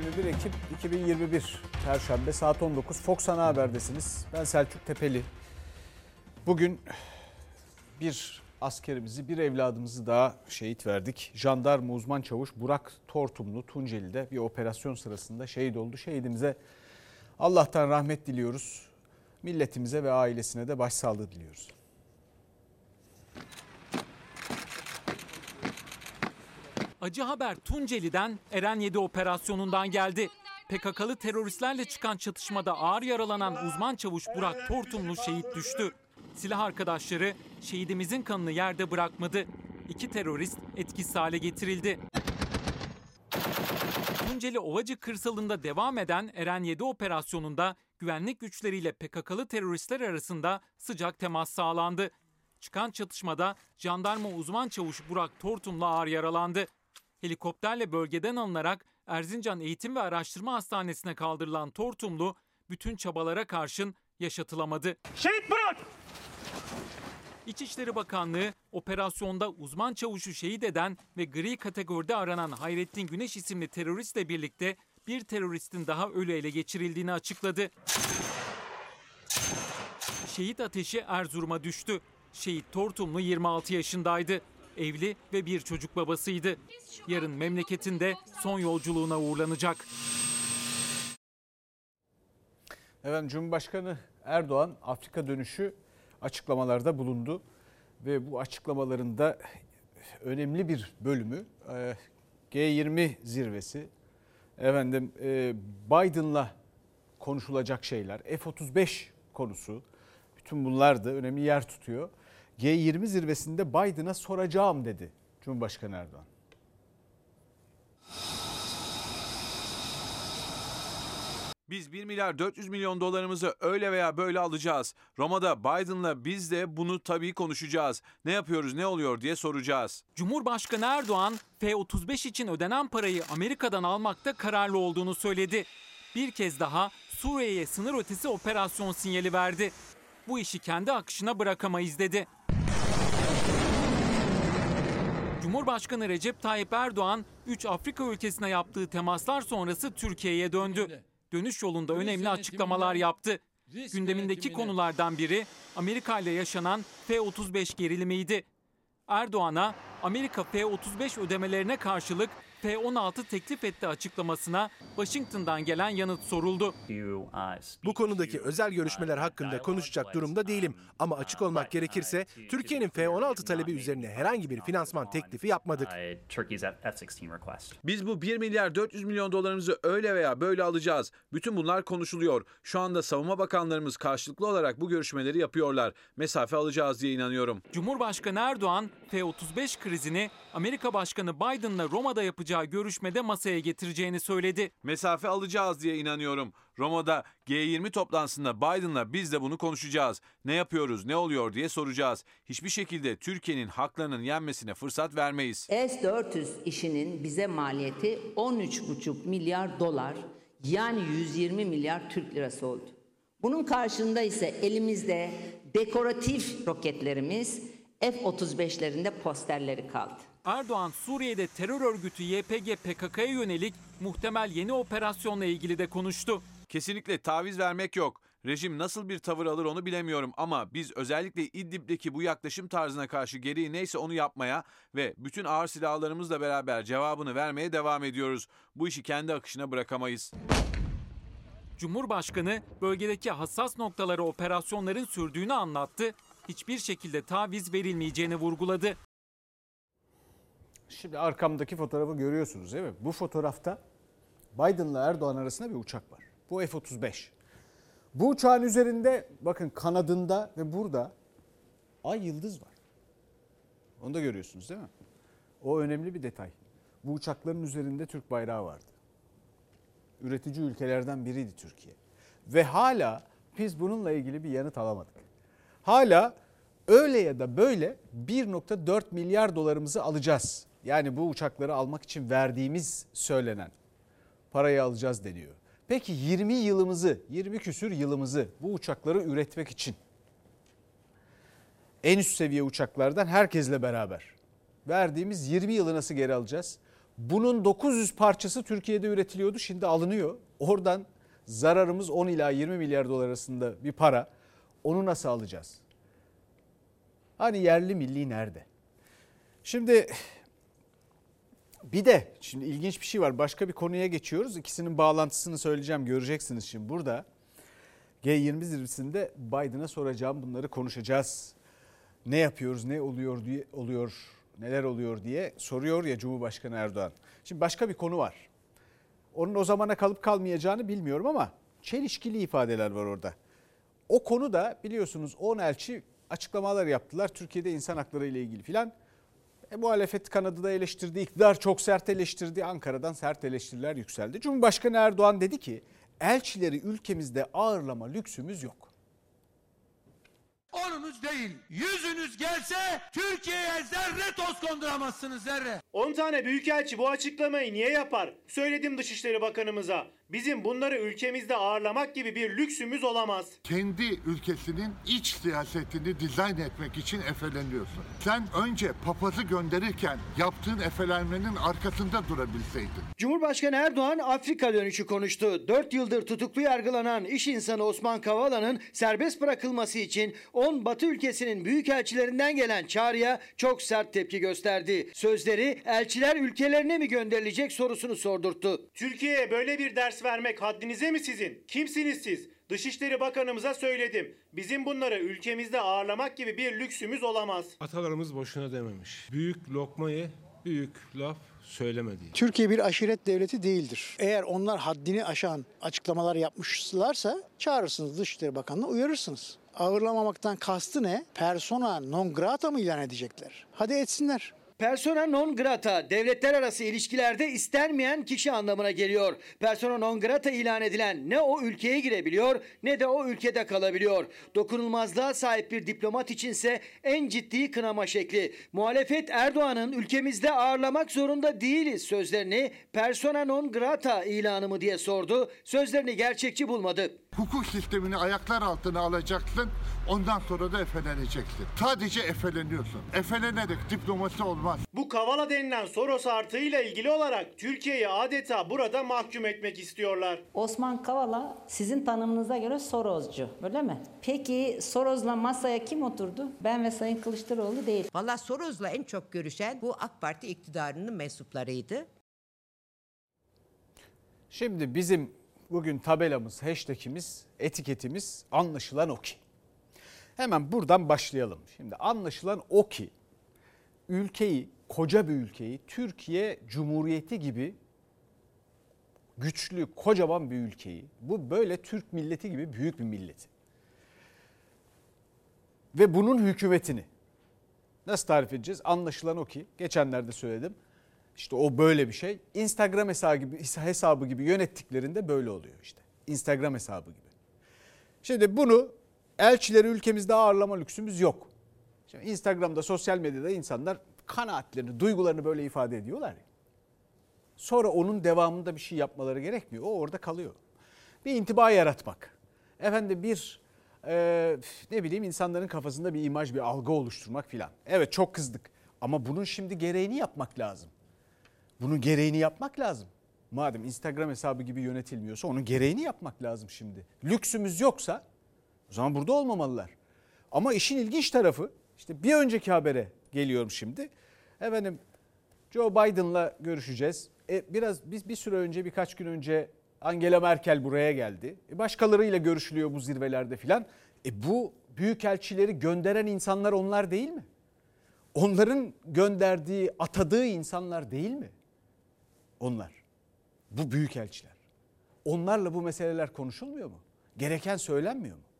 21 Ekim 2021 Perşembe saat 19 Fox Ana Haber'desiniz. Ben Selçuk Tepeli. Bugün bir askerimizi, bir evladımızı daha şehit verdik. Jandarma uzman çavuş Burak Tortumlu Tunceli'de bir operasyon sırasında şehit oldu. Şehidimize Allah'tan rahmet diliyoruz. Milletimize ve ailesine de başsağlığı diliyoruz. Acı haber Tunceli'den Eren 7 operasyonundan geldi. PKK'lı teröristlerle çıkan çatışmada ağır yaralanan uzman çavuş Burak Tortumlu şehit düştü. Silah arkadaşları şehidimizin kanını yerde bırakmadı. 2 terörist etkisiz hale getirildi. Tunceli Ovacık kırsalında devam eden Eren 7 operasyonunda güvenlik güçleriyle PKK'lı teröristler arasında sıcak temas sağlandı. Çıkan çatışmada jandarma uzman çavuş Burak Tortumlu ağır yaralandı. Helikopterle bölgeden alınarak Erzincan Eğitim ve Araştırma Hastanesi'ne kaldırılan Tortumlu bütün çabalara karşın yaşatılamadı. Şehit Burak! İçişleri Bakanlığı operasyonda uzman çavuşu şehit eden ve gri kategoride aranan Hayrettin Güneş isimli teröristle birlikte bir teröristin daha ölü ele geçirildiğini açıkladı. Şehit ateşi Erzurum'a düştü. Şehit Tortumlu 26 yaşındaydı. Evli ve bir çocuk babasıydı. Yarın memleketinde son yolculuğuna uğurlanacak. Evet, Cumhurbaşkanı Erdoğan Afrika dönüşü açıklamalarda bulundu. Ve bu açıklamalarında önemli bir bölümü G20 zirvesi, Biden'la konuşulacak şeyler, F-35 konusu, bütün bunlar da önemli yer tutuyor. G20 zirvesinde Biden'a soracağım dedi Cumhurbaşkanı Erdoğan. Biz 1 milyar 400 milyon dolarımızı öyle veya böyle alacağız. Roma'da Biden'la biz de bunu tabii konuşacağız. Ne yapıyoruz, ne oluyor diye soracağız. Cumhurbaşkanı Erdoğan, F-35 için ödenen parayı Amerika'dan almakta kararlı olduğunu söyledi. Bir kez daha Suriye'ye sınır ötesi operasyon sinyali verdi. Bu işi kendi akışına bırakamayız dedi. Cumhurbaşkanı Recep Tayyip Erdoğan, 3 Afrika ülkesine yaptığı temaslar sonrası Türkiye'ye döndü. Dönüş yolunda önemli açıklamalar yaptı. Gündemindeki konulardan biri Amerika ile yaşanan F-35 gerilimiydi. Erdoğan'a Amerika F-35 ödemelerine karşılık F-16 teklif etti açıklamasına Washington'dan gelen yanıt soruldu. Bu konudaki özel görüşmeler hakkında konuşacak durumda değilim. Ama açık olmak gerekirse Türkiye'nin F-16 talebi üzerine herhangi bir finansman teklifi yapmadık. Biz bu 1 milyar 400 milyon dolarımızı öyle veya böyle alacağız. Bütün bunlar konuşuluyor. Şu anda savunma bakanlarımız karşılıklı olarak bu görüşmeleri yapıyorlar. Mesafe alacağız diye inanıyorum. Cumhurbaşkanı Erdoğan, F-35 krizini Amerika Başkanı Biden'la Roma'da yapacağı görüşmede masaya getireceğini söyledi. Mesafe alacağız diye inanıyorum. Roma'da G20 toplantısında Biden'la biz de bunu konuşacağız. Ne yapıyoruz, ne oluyor diye soracağız. Hiçbir şekilde Türkiye'nin haklarının yenmesine fırsat vermeyiz. S-400 işinin bize maliyeti 13,5 milyar dolar, yani 120 milyar Türk lirası oldu. Bunun karşında ise elimizde dekoratif roketlerimiz, F-35'lerinde posterleri kaldı. Erdoğan, Suriye'de terör örgütü YPG PKK'ya yönelik muhtemel yeni operasyonla ilgili de konuştu. Kesinlikle taviz vermek yok. Rejim nasıl bir tavır alır onu bilemiyorum ama biz özellikle İdlib'deki bu yaklaşım tarzına karşı gereği neyse onu yapmaya ve bütün ağır silahlarımızla beraber cevabını vermeye devam ediyoruz. Bu işi kendi akışına bırakamayız. Cumhurbaşkanı bölgedeki hassas noktalara operasyonların sürdüğünü anlattı. Hiçbir şekilde taviz verilmeyeceğini vurguladı. Şimdi arkamdaki fotoğrafı görüyorsunuz değil mi? Bu fotoğrafta Biden'la Erdoğan arasında bir uçak var. Bu F-35. Bu uçağın üzerinde bakın kanadında ve burada ay yıldız var. Onu da görüyorsunuz değil mi? O önemli bir detay. Bu uçakların üzerinde Türk bayrağı vardı. Üretici ülkelerden biriydi Türkiye. Ve hala biz bununla ilgili bir yanıt alamadık. Hala öyle ya da böyle 1,4 milyar dolarımızı alacağız. Yani bu uçakları almak için verdiğimiz söylenen parayı alacağız deniyor. Peki 20 küsür yılımızı bu uçakları üretmek için en üst seviye uçaklardan herkesle beraber verdiğimiz 20 yılı nasıl geri alacağız? Bunun 900 parçası Türkiye'de üretiliyordu, şimdi alınıyor. Oradan zararımız 10 ila 20 milyar dolar arasında bir para. Onu nasıl alacağız? Hani yerli milli nerede? Şimdi ilginç bir şey var. Başka bir konuya geçiyoruz. İkisinin bağlantısını söyleyeceğim. Göreceksiniz şimdi burada. G20 zirvesinde Biden'a soracağım, bunları konuşacağız. Ne yapıyoruz, ne oluyor, neler oluyor diye soruyor ya Cumhurbaşkanı Erdoğan. Şimdi başka bir konu var. Onun o zamana kalıp kalmayacağını bilmiyorum ama çelişkili ifadeler var orada. O konu da biliyorsunuz 10 elçi açıklamalar yaptılar Türkiye'de insan hakları ile ilgili filan. Muhalefet kanadı da eleştirdi, iktidar çok sert eleştirdi, Ankara'dan sert eleştiriler yükseldi. Cumhurbaşkanı Erdoğan dedi ki elçileri ülkemizde ağırlama lüksümüz yok. Onunuz değil, yüzünüz gelse Türkiye'ye zerre toz konduramazsınız, zerre. 10 tane büyükelçi bu açıklamayı niye yapar? Söyledim Dışişleri Bakanımıza. Bizim bunları ülkemizde ağırlamak gibi bir lüksümüz olamaz. Kendi ülkesinin iç siyasetini dizayn etmek için efeleniyorsun. Sen önce papazı gönderirken yaptığın efelenmenin arkasında durabilseydin. Cumhurbaşkanı Erdoğan Afrika dönüşü konuştu. 4 yıldır tutuklu yargılanan iş insanı Osman Kavala'nın serbest bırakılması için 10 Batı ülkesinin büyükelçilerinden gelen çağrıya çok sert tepki gösterdi. Sözleri elçiler ülkelerine mi gönderilecek sorusunu sordurttu. Türkiye'ye böyle bir ders vermek haddinize mi sizin? Kimsiniz siz? Dışişleri Bakanımıza söyledim. Bizim bunları ülkemizde ağırlamak gibi bir lüksümüz olamaz. Atalarımız boşuna dememiş. Büyük lokmayı büyük laf söylemedi. Türkiye bir aşiret devleti değildir. Eğer onlar haddini aşan açıklamalar yapmışlarsa çağırırsınız Dışişleri Bakanı'na, uyarırsınız. Ağırlamamaktan kastı ne? Persona non grata mı ilan edecekler? Hadi etsinler. Persona non grata devletler arası ilişkilerde istenmeyen kişi anlamına geliyor. Persona non grata ilan edilen ne o ülkeye girebiliyor ne de o ülkede kalabiliyor. Dokunulmazlığa sahip bir diplomat içinse en ciddi kınama şekli. Muhalefet Erdoğan'ın ülkemizde ağırlamak zorunda değiliz sözlerini persona non grata ilanı mı diye sordu. Sözlerini gerçekçi bulmadı. Hukuk sistemini ayaklar altına alacaksın, ondan sonra da efeleneceksin. Sadece efeleniyorsun. Efelenerek diplomasi olmaz. Bu Kavala denilen Soros artığıyla ilgili olarak Türkiye'yi adeta burada mahkum etmek istiyorlar. Osman Kavala sizin tanımınıza göre Soroscu, öyle mi? Peki Soros'la masaya kim oturdu? Ben ve Sayın Kılıçdaroğlu değil. Vallahi Soros'la en çok görüşen bu AK Parti iktidarının mensuplarıydı. Şimdi bizim bugün tabelamız, hashtagimiz, etiketimiz anlaşılan o ki. Hemen buradan başlayalım. Şimdi anlaşılan o ki ülkeyi, koca bir ülkeyi, Türkiye Cumhuriyeti gibi güçlü, kocaman bir ülkeyi, bu böyle Türk milleti gibi büyük bir milleti ve bunun hükümetini nasıl tarif edeceğiz? Anlaşılan o ki, geçenlerde söyledim, işte o böyle bir şey. Instagram hesabı gibi yönettiklerinde böyle oluyor işte. Instagram hesabı gibi. Şimdi bunu elçileri ülkemizde ağırlama lüksümüz yok. Şimdi Instagram'da, sosyal medyada insanlar kanaatlerini, duygularını böyle ifade ediyorlar ya. Sonra onun devamında bir şey yapmaları gerekmiyor. O orada kalıyor. Bir intiba yaratmak. Efendim insanların kafasında bir imaj, bir algı oluşturmak filan. Evet, çok kızdık ama bunun şimdi gereğini yapmak lazım. Bunun gereğini yapmak lazım. Madem Instagram hesabı gibi yönetilmiyorsa onun gereğini yapmak lazım şimdi. Lüksümüz yoksa o zaman burada olmamalılar. Ama işin ilginç tarafı, işte bir önceki habere geliyorum şimdi. Efendim Joe Biden'la görüşeceğiz. Bir süre önce, birkaç gün önce Angela Merkel buraya geldi. Başkalarıyla görüşülüyor bu zirvelerde filan. Bu büyükelçileri gönderen insanlar onlar değil mi? Onların gönderdiği, atadığı insanlar değil mi? Onlar. Bu büyükelçiler. Onlarla bu meseleler konuşulmuyor mu? Gereken söylenmiyor mu?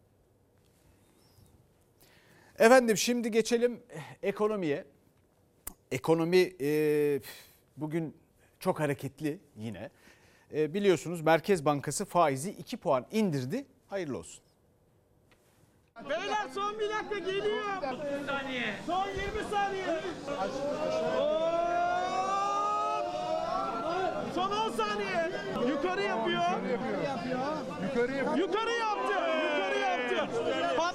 Efendim şimdi geçelim ekonomiye. Ekonomi bugün çok hareketli yine. Biliyorsunuz Merkez Bankası faizi 2 puan indirdi. Hayırlı olsun. Beyler son bir dakika geliyor. 30 saniye. Son 20 saniye. Son 10 saniye. Yukarı yapıyor. Yukarı yaptı. Patladı 3.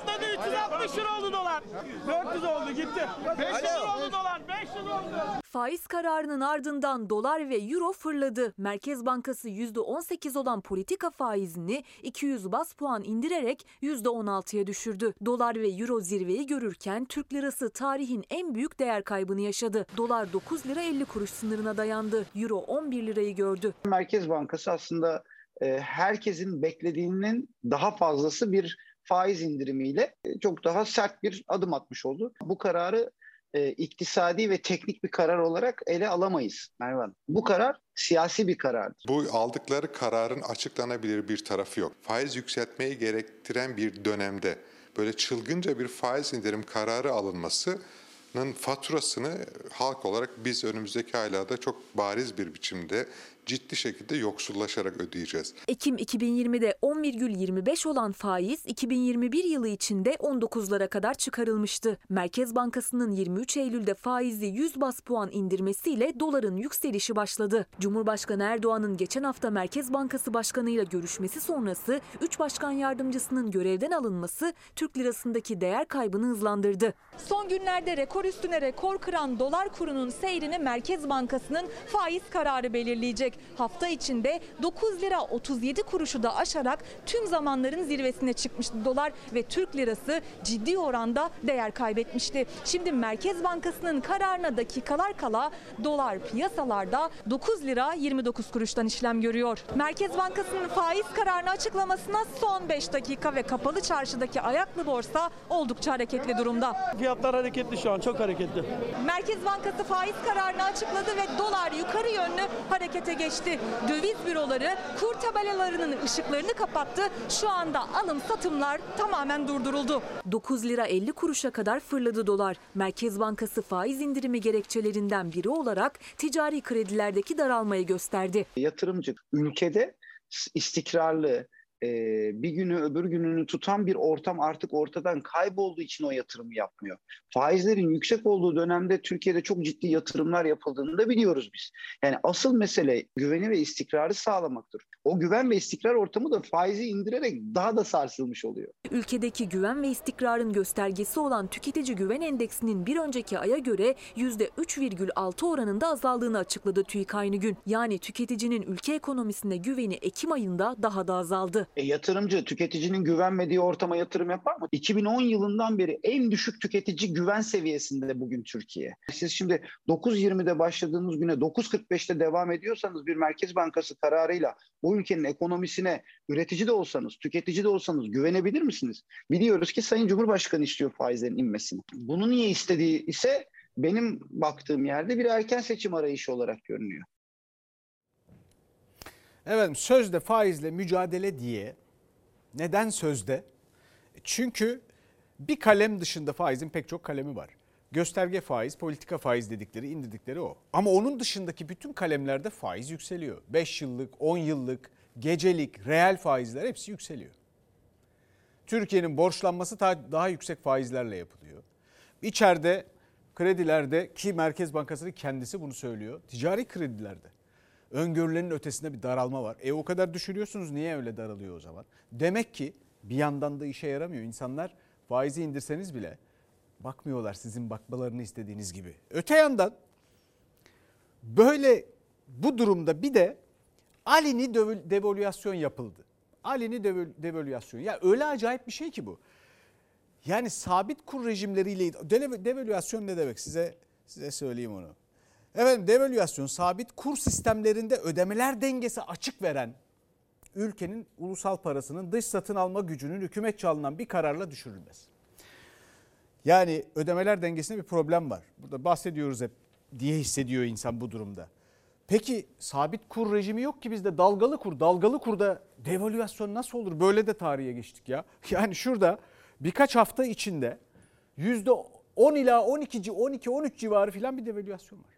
460 lira oldu dolar. 400 oldu gitti. 500 lira oldu dolar. 500 oldu. Faiz kararının ardından dolar ve euro fırladı. Merkez Bankası %18 olan politika faizini 200 baz puan indirerek %16'ya düşürdü. Dolar ve euro zirveyi görürken Türk lirası tarihin en büyük değer kaybını yaşadı. Dolar 9 lira 50 kuruş sınırına dayandı. Euro 11 lirayı gördü. Merkez Bankası aslında herkesin beklediğinin daha fazlası bir faiz indirimiyle çok daha sert bir adım atmış oldu. Bu kararı iktisadi ve teknik bir karar olarak ele alamayız Mervan. Bu karar siyasi bir karardır. Bu aldıkları kararın açıklanabilir bir tarafı yok. Faiz yükseltmeyi gerektiren bir dönemde böyle çılgınca bir faiz indirim kararı alınmasının faturasını halk olarak biz önümüzdeki aylarda çok bariz bir biçimde ciddi şekilde yoksullaşarak ödeyeceğiz. Ekim 2020'de 10,25 olan faiz 2021 yılı içinde 19'lara kadar çıkarılmıştı. Merkez Bankası'nın 23 Eylül'de faizi 100 baz puan indirmesiyle doların yükselişi başladı. Cumhurbaşkanı Erdoğan'ın geçen hafta Merkez Bankası Başkanı'yla görüşmesi sonrası 3 başkan yardımcısının görevden alınması Türk lirasındaki değer kaybını hızlandırdı. Son günlerde rekor üstüne rekor kıran dolar kurunun seyrini Merkez Bankası'nın faiz kararı belirleyecek. Hafta içinde 9 lira 37 kuruşu da aşarak tüm zamanların zirvesine çıkmıştı dolar ve Türk lirası ciddi oranda değer kaybetmişti. Şimdi Merkez Bankası'nın kararına dakikalar kala dolar piyasalarda 9 lira 29 kuruştan işlem görüyor. Merkez Bankası'nın faiz kararını açıklamasına son 5 dakika ve kapalı çarşıdaki ayaklı borsa oldukça hareketli durumda. Fiyatlar hareketli şu an, çok hareketli. Merkez Bankası faiz kararını açıkladı ve dolar yukarı yönlü harekete geçti. Döviz büroları kur tabelalarının ışıklarını kapattı. Şu anda alım satımlar tamamen durduruldu. 9 lira 50 kuruşa kadar fırladı dolar. Merkez Bankası faiz indirimi gerekçelerinden biri olarak ticari kredilerdeki daralmayı gösterdi. Yatırımcı ülkede istikrarlı, bir günü öbür gününü tutan bir ortam artık ortadan kaybolduğu için o yatırımı yapmıyor. Faizlerin yüksek olduğu dönemde Türkiye'de çok ciddi yatırımlar yapıldığını da biliyoruz biz. Yani asıl mesele güveni ve istikrarı sağlamaktır. O güven ve istikrar ortamı da faizi indirerek daha da sarsılmış oluyor. Ülkedeki güven ve istikrarın göstergesi olan Tüketici Güven Endeksinin bir önceki aya göre %3,6 oranında azaldığını açıkladı TÜİK aynı gün. Yani tüketicinin ülke ekonomisine güveni Ekim ayında daha da azaldı. Yatırımcı tüketicinin güvenmediği ortama yatırım yapar mı? 2010 yılından beri en düşük tüketici güven seviyesinde bugün Türkiye. Siz şimdi 9.20'de başladığınız güne 9.45'te devam ediyorsanız bir Merkez Bankası kararıyla bu ülkenin ekonomisine üretici de olsanız, tüketici de olsanız güvenebilir misiniz? Biliyoruz ki Sayın Cumhurbaşkanı istiyor faizlerin inmesini. Bunu niye istediği ise benim baktığım yerde bir erken seçim arayışı olarak görünüyor. Evet, sözde faizle mücadele diye. Neden sözde? Çünkü bir kalem dışında faizin pek çok kalemi var. Gösterge faiz, politika faiz dedikleri, indirdikleri o. Ama onun dışındaki bütün kalemlerde faiz yükseliyor. 5 yıllık, 10 yıllık, gecelik, reel faizler hepsi yükseliyor. Türkiye'nin borçlanması daha yüksek faizlerle yapılıyor. İçeride kredilerde ki Merkez Bankası kendisi bunu söylüyor. Ticari kredilerde öngörülerin ötesinde bir daralma var. O kadar düşürüyorsunuz, niye öyle daralıyor o zaman? Demek ki bir yandan da işe yaramıyor. İnsanlar faizi indirseniz bile bakmıyorlar sizin bakmalarını istediğiniz gibi. Öte yandan böyle bu durumda bir de aleni devalüasyon yapıldı. Aleni devalüasyon. Ya öyle acayip bir şey ki bu. Yani sabit kur rejimleriyle devalüasyon ne demek? Size söyleyeyim onu. Efendim devalüasyon sabit kur sistemlerinde ödemeler dengesi açık veren ülkenin ulusal parasının dış satın alma gücünün hükümetçe alınan bir kararla düşürülmesi. Yani ödemeler dengesinde bir problem var. Burada bahsediyoruz hep diye hissediyor insan bu durumda. Peki sabit kur rejimi yok ki bizde dalgalı kur. Dalgalı kurda devalüasyon nasıl olur? Böyle de tarihe geçtik ya. Yani şurada birkaç hafta içinde %10 ila 12-13 civarı filan bir devalüasyon var.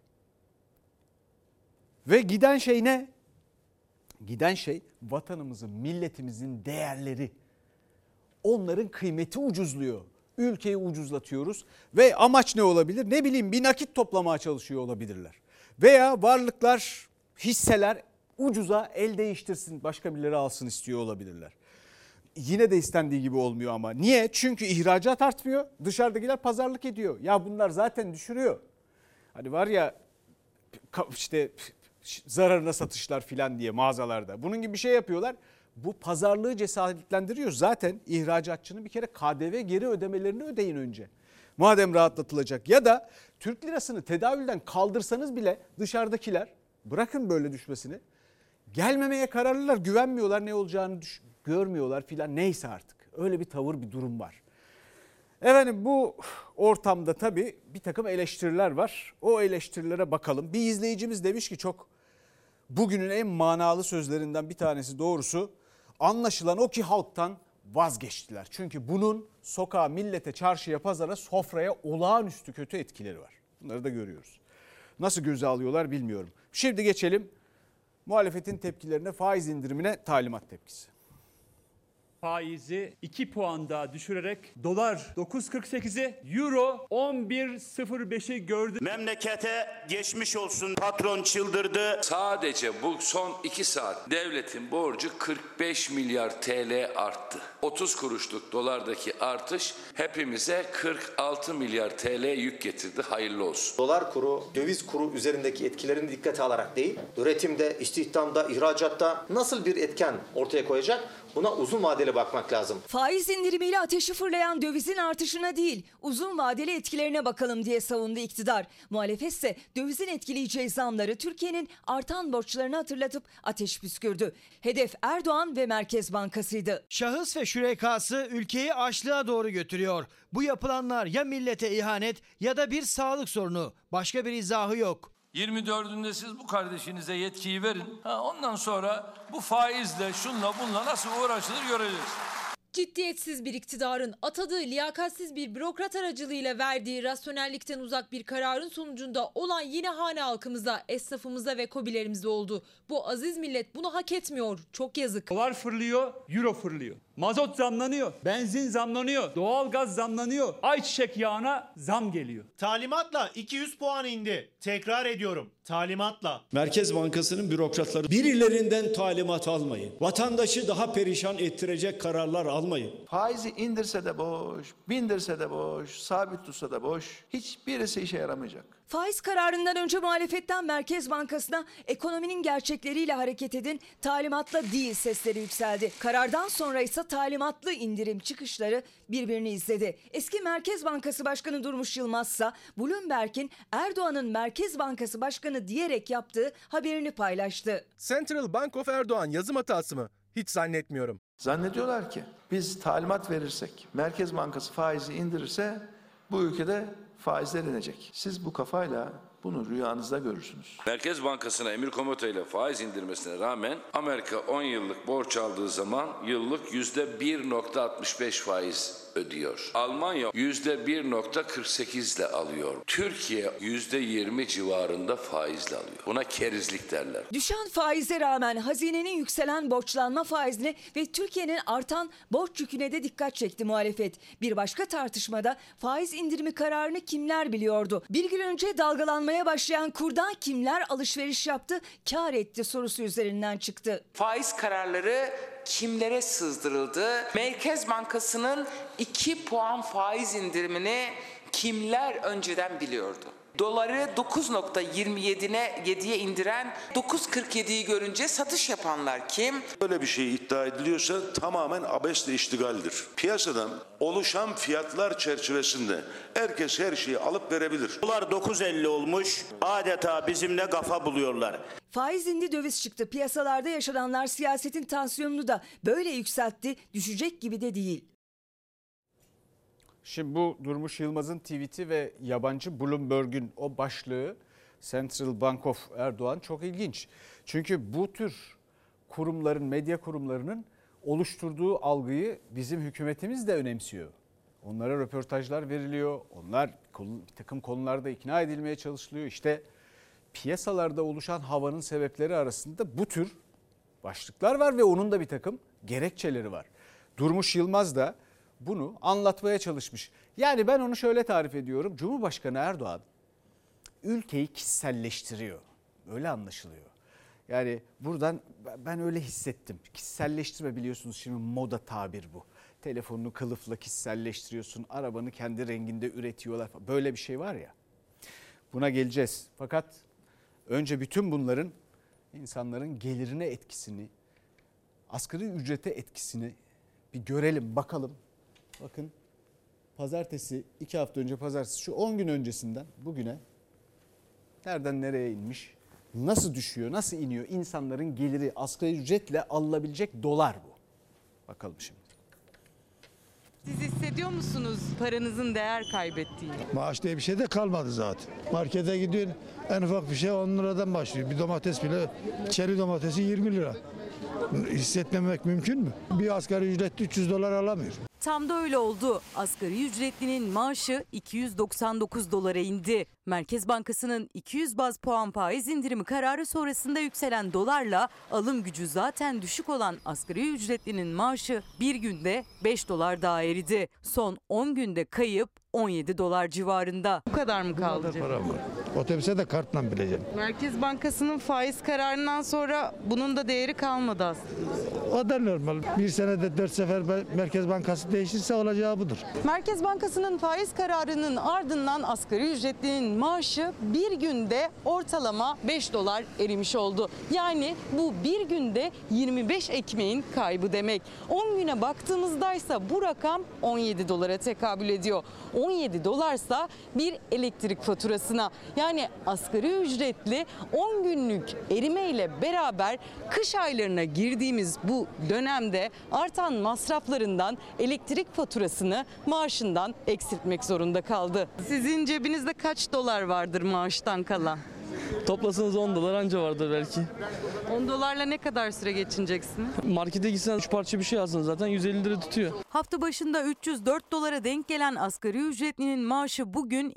Ve giden şey ne? Giden şey vatanımızın, milletimizin değerleri. Onların kıymeti ucuzluyor. Ülkeyi ucuzlatıyoruz ve amaç ne olabilir? Ne bileyim bir nakit toplamaya çalışıyor olabilirler. Veya varlıklar, hisseler ucuza el değiştirsin, başka birileri alsın istiyor olabilirler. yine de istendiği gibi olmuyor ama. Niye? Çünkü ihracat artmıyor. Dışarıdakiler pazarlık ediyor. Ya bunlar zaten düşürüyor. Hani var ya işte zararına satışlar filan diye mağazalarda. Bunun gibi bir şey yapıyorlar. Bu pazarlığı cesaretlendiriyor. Zaten ihracatçının bir kere KDV geri ödemelerini ödeyin önce. Madem rahatlatılacak, ya da Türk lirasını tedavülden kaldırsanız bile dışarıdakiler, bırakın böyle düşmesini, gelmemeye kararlılar, güvenmiyorlar, ne olacağını görmüyorlar filan, neyse artık. Öyle bir tavır, bir durum var. Efendim bu ortamda tabii bir takım eleştiriler var. O eleştirilere bakalım. Bir izleyicimiz demiş ki çok bugünün en manalı sözlerinden bir tanesi, doğrusu anlaşılan o ki halktan vazgeçtiler. Çünkü bunun sokağa, millete, çarşıya, pazara, sofraya olağanüstü kötü etkileri var. Bunları da görüyoruz. Nasıl göze alıyorlar bilmiyorum. Şimdi geçelim muhalefetin tepkilerine, faiz indirimine talimat tepkisi. Faizi 2 puan daha düşürerek dolar 9.48'e, euro 11.05'i gördü. Memlekete geçmiş olsun, patron çıldırdı. Sadece bu son 2 saat devletin borcu 45 milyar TL arttı. 30 kuruşluk dolardaki artış hepimize 46 milyar TL yük getirdi. Hayırlı olsun. Dolar kuru, döviz kuru üzerindeki etkilerini dikkate alarak değil, üretimde, istihdamda, ihracatta nasıl bir etken ortaya koyacak? Buna uzun vadeli bakmak lazım. Faiz indirimiyle ateşi fırlayan dövizin artışına değil, uzun vadeli etkilerine bakalım diye savundu iktidar. Muhalefet ise dövizin etkileyeceği zamları Türkiye'nin artan borçlarını hatırlatıp ateş püskürdü. Hedef Erdoğan ve Merkez Bankası'ydı. Şahıs ve şürekası ülkeyi açlığa doğru götürüyor. Bu yapılanlar ya millete ihanet ya da bir sağlık sorunu. Başka bir izahı yok. 24'ünde siz bu kardeşinize yetkiyi verin. Ondan sonra bu faizle, şunla bunla nasıl uğraşılır göreceğiz. Ciddiyetsiz bir iktidarın atadığı liyakatsiz bir bürokrat aracılığıyla verdiği rasyonellikten uzak bir kararın sonucunda olan yine hane halkımıza, esnafımıza ve KOBİ'lerimize oldu. Bu aziz millet bunu hak etmiyor. Çok yazık. Dolar fırlıyor, euro fırlıyor. Mazot zamlanıyor, benzin zamlanıyor, doğalgaz zamlanıyor, ayçiçek yağına zam geliyor. Talimatla 200 puan indi. Tekrar ediyorum, talimatla. Merkez Bankası'nın bürokratları, birilerinden talimat almayın. Vatandaşı daha perişan ettirecek kararlar almayın. Faizi indirse de boş, bindirse de boş, sabit tutsa da boş. Hiçbirisi işe yaramayacak. Faiz kararından önce muhalefetten Merkez Bankası'na ekonominin gerçekleriyle hareket edin, talimatla değil sesleri yükseldi. Karardan sonra ise talimatlı indirim çıkışları birbirini izledi. Eski Merkez Bankası Başkanı Durmuş Yılmaz ise Bloomberg'in Erdoğan'ın Merkez Bankası Başkanı diyerek yaptığı haberini paylaştı. Central Bank of Erdoğan yazım hatası mı? Hiç zannetmiyorum. Zannediyorlar ki biz talimat verirsek, Merkez Bankası faizi indirirse bu ülkede faizler inecek. Siz bu kafayla bunu rüyanızda görürsünüz. Merkez Bankası'na emir komuta ile faiz indirmesine rağmen Amerika 10 yıllık borç aldığı zaman yıllık %1.65 faiz ödüyor. Almanya %1.48 ile alıyor. Türkiye %20 civarında faizle alıyor. Buna kerizlik derler. Düşen faize rağmen hazinenin yükselen borçlanma faizine ve Türkiye'nin artan borç yüküne de dikkat çekti muhalefet. Bir başka tartışmada faiz indirimi kararını kimler biliyordu? Bir gün önce dalgalanmaya başlayan kurdan kimler alışveriş yaptı, kar etti sorusu üzerinden çıktı. Faiz kararları kimlere sızdırıldı? Merkez Bankası'nın 2 puan faiz indirimini kimler önceden biliyordu? Doları 9.27'ye indiren 9.47'yi görünce satış yapanlar kim? Böyle bir şey iddia ediliyorsa tamamen abesle iştigaldir. Piyasadan oluşan fiyatlar çerçevesinde herkes her şeyi alıp verebilir. Dolar 9.50 olmuş, adeta bizimle kafa buluyorlar. Faiz indi, döviz çıktı. Piyasalarda yaşananlar siyasetin tansiyonunu da böyle yükseltti, düşecek gibi de değil. Şimdi bu Durmuş Yılmaz'ın tweet'i ve yabancı Bloomberg'ün o başlığı, Central Bank of Erdoğan, çok ilginç. Çünkü bu tür kurumların, medya kurumlarının oluşturduğu algıyı bizim hükümetimiz de önemsiyor. Onlara röportajlar veriliyor. Onlar bir takım konularda ikna edilmeye çalışılıyor. İşte piyasalarda oluşan havanın sebepleri arasında bu tür başlıklar var ve onun da bir takım gerekçeleri var. Durmuş Yılmaz da bunu anlatmaya çalışmış. Yani ben onu şöyle tarif ediyorum. Cumhurbaşkanı Erdoğan ülkeyi kişiselleştiriyor. Öyle anlaşılıyor. Yani buradan ben öyle hissettim. Kişiselleştirme, biliyorsunuz şimdi moda tabir bu. Telefonunu kılıfla kişiselleştiriyorsun. Arabanı kendi renginde üretiyorlar. Böyle bir şey var ya. Buna geleceğiz. Fakat önce bütün bunların insanların gelirine etkisini, asgari ücrete etkisini bir görelim, bakalım. Bakın pazartesi, 2 hafta önce pazartesi, şu 10 gün öncesinden bugüne nereden nereye inmiş, nasıl düşüyor, nasıl iniyor insanların geliri, asgari ücretle alınabilecek dolar bu. Bakalım şimdi. Siz hissediyor musunuz paranızın değer kaybettiğini? Maaş diye bir şey de kalmadı zaten. Markete gidiyorsun, en ufak bir şey 10 liradan başlıyor. Bir domates bile, çeri domatesi 20 lira. Hissetmemek mümkün mü? Bir asgari ücretli 300 dolar alamıyor. Tam da öyle oldu. Asgari ücretlinin maaşı 299 dolara indi. Merkez Bankası'nın 200 baz puan faiz indirimi kararı sonrasında yükselen dolarla alım gücü zaten düşük olan asgari ücretlinin maaşı bir günde 5 dolar daha eridi. Son 10 günde kayıp 17 dolar civarında. Bu kadar mı kaldı? Param var. Otobüse de kartla bileceğim. Merkez Bankası'nın faiz kararından sonra bunun da değeri kalmadı aslında. O da normal. Bir senede 4 sefer Merkez Bankası değişirse olacağı budur. Merkez Bankası'nın faiz kararının ardından asgari ücretlinin maaşı bir günde ortalama 5 dolar erimiş oldu. Yani bu bir günde 25 ekmeğin kaybı demek. 10 güne baktığımızdaysa bu rakam 17 dolara tekabül ediyor. 17 dolarsa bir elektrik faturasına, yani asgari ücretli 10 günlük erime ile beraber kış aylarına girdiğimiz bu dönemde artan masraflarından elektrik faturasını maaşından eksiltmek zorunda kaldı. Sizin cebinizde kaç dolar vardır maaştan kalan? Toplasanız 10 dolar anca vardır belki. 10 dolarla ne kadar süre geçineceksiniz? Markete gitsen 3 parça bir şey alsın zaten 150 lira tutuyor. Hafta başında 304 dolara denk gelen asgari ücretlinin maaşı bugün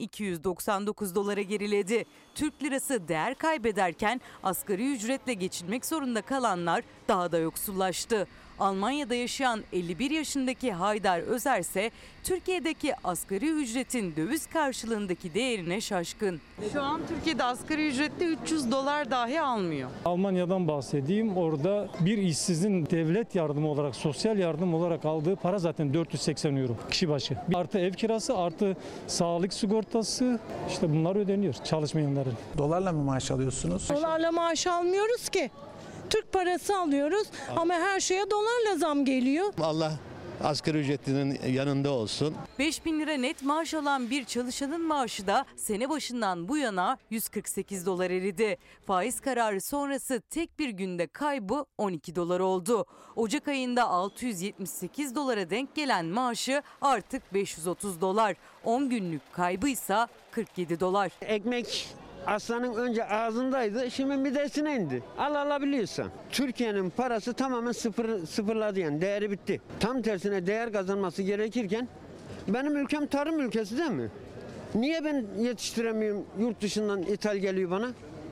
299 dolara geriledi. Türk lirası değer kaybederken asgari ücretle geçinmek zorunda kalanlar daha da yoksullaştı. Almanya'da yaşayan 51 yaşındaki Haydar Özer ise Türkiye'deki asgari ücretin döviz karşılığındaki değerine şaşkın. Şu an Türkiye'de asgari ücretli 300 dolar dahi almıyor. Almanya'dan bahsedeyim. Orada bir işsizin devlet yardımı olarak, sosyal yardım olarak aldığı para zaten 480 euro kişi başı. Artı ev kirası, artı sağlık sigortası, işte bunlar ödeniyor çalışmayanların. Dolarla mı maaş alıyorsunuz? Dolarla maaş almıyoruz ki. Türk parası alıyoruz ama her şeye dolarla zam geliyor. Allah asgari ücretlinin yanında olsun. 5.000 lira net maaş alan bir çalışanın maaşı da sene başından bu yana 148 dolar eridi. Faiz kararı sonrası tek bir günde kaybı 12 dolar oldu. Ocak ayında 678 dolara denk gelen maaşı artık 530 dolar. 10 günlük kaybıysa 47 dolar. Ekmek aslanın önce ağzındaydı, şimdi midesine indi. Alabiliyorsan. Türkiye'nin parası tamamen sıfırladı, yani değeri bitti. Tam tersine değer kazanması gerekirken benim ülkem tarım ülkesi değil mi? Niye ben yetiştiremiyorum, yurt dışından ithal geliyor bana?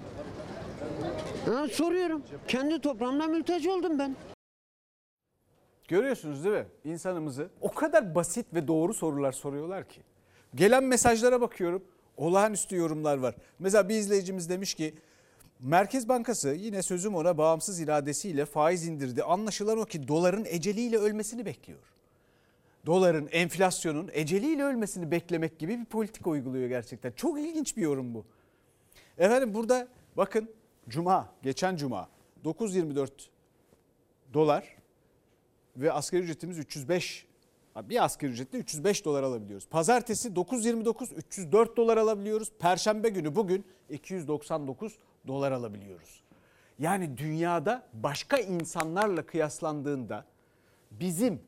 Soruyorum. Kendi toprağımda mülteci oldum ben. Görüyorsunuz değil mi? İnsanımızı o kadar basit ve doğru sorular soruyorlar ki. Gelen mesajlara bakıyorum. Olağanüstü yorumlar var. Mesela bir izleyicimiz demiş ki Merkez Bankası, yine sözüm ona, bağımsız iradesiyle faiz indirdi. Anlaşılan o ki doların eceliyle ölmesini bekliyor. Doların, enflasyonun eceliyle ölmesini beklemek gibi bir politika uyguluyor gerçekten. Çok ilginç bir yorum bu. Efendim burada bakın geçen cuma 9.24 dolar ve asgari ücretimiz 305. Bir asgari ücretle 305 dolar alabiliyoruz. Pazartesi 9.29 304 dolar alabiliyoruz. Perşembe günü bugün 299 dolar alabiliyoruz. Yani dünyada başka insanlarla kıyaslandığında bizim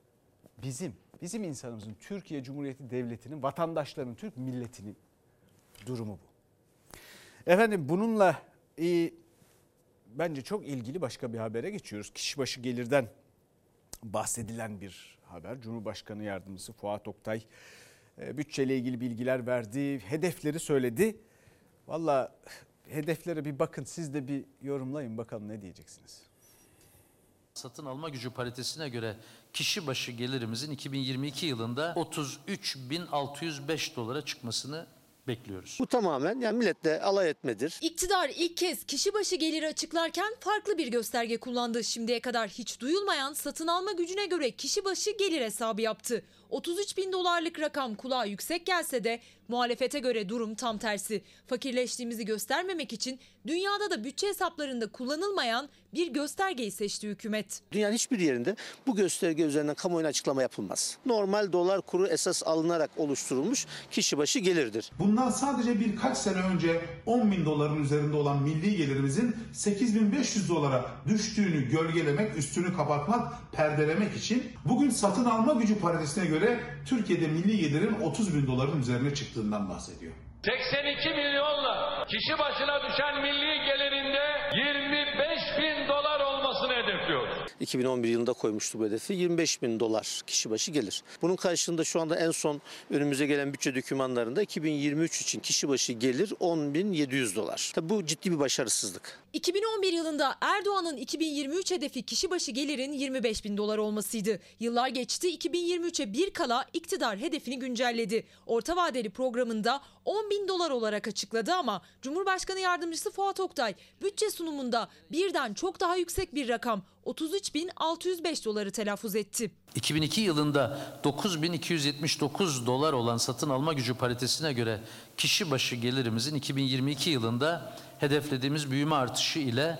insanımızın, Türkiye Cumhuriyeti Devleti'nin, vatandaşlarının, Türk milletinin durumu bu. Efendim bununla bence çok ilgili başka bir habere geçiyoruz. Kişi başı gelirden bahsedilen bir haber. Cumhurbaşkanı Yardımcısı Fuat Oktay bütçeyle ilgili bilgiler verdi, hedefleri söyledi. Vallahi hedeflere bir bakın, siz de bir yorumlayın bakalım ne diyeceksiniz. Satın alma gücü paritesine göre kişi başı gelirimizin 2022 yılında 33.605 dolara çıkmasını bekliyoruz. Bu tamamen yani milletle alay etmedir. İktidar ilk kez kişi başı geliri açıklarken farklı bir gösterge kullandı. Şimdiye kadar hiç duyulmayan satın alma gücüne göre kişi başı gelir hesabı yaptı. 33 bin dolarlık rakam kulağa yüksek gelse de muhalefete göre durum tam tersi. Fakirleştiğimizi göstermemek için dünyada da bütçe hesaplarında kullanılmayan bir göstergeyi seçti hükümet. Dünyanın hiçbir yerinde bu gösterge üzerinden kamuoyuna açıklama yapılmaz. Normal dolar kuru esas alınarak oluşturulmuş kişi başı gelirdir. Bundan sadece birkaç sene önce 10 bin doların üzerinde olan milli gelirimizin 8.500 dolara düştüğünü gölgelemek, üstünü kapatmak, perdelemek için bugün satın alma gücü paritesine göre Türkiye'de milli gelirin 30 bin doların üzerine çıktığından bahsediyor. 82 milyonla kişi başına düşen milli gelirinde 25 bin dolar olmasını hedefliyoruz. 2011 yılında koymuştu bu hedefi. 25 bin dolar kişi başı gelir. Bunun karşılığında şu anda en son önümüze gelen bütçe dokümanlarında 2023 için kişi başı gelir 10.700 dolar. Tabii bu ciddi bir başarısızlık. 2011 yılında Erdoğan'ın 2023 hedefi kişi başı gelirin 25 bin dolar olmasıydı. Yıllar geçti, 2023'e bir kala iktidar hedefini güncelledi. Orta vadeli programında 10 bin dolar olarak açıkladı ama Cumhurbaşkanı Yardımcısı Fuat Oktay bütçe sunumunda birden çok daha yüksek bir rakam 33.605 doları telaffuz etti. 2002 yılında 9.279 dolar olan satın alma gücü paritesine göre kişi başı gelirimizin 2022 yılında hedeflediğimiz büyüme artışı ile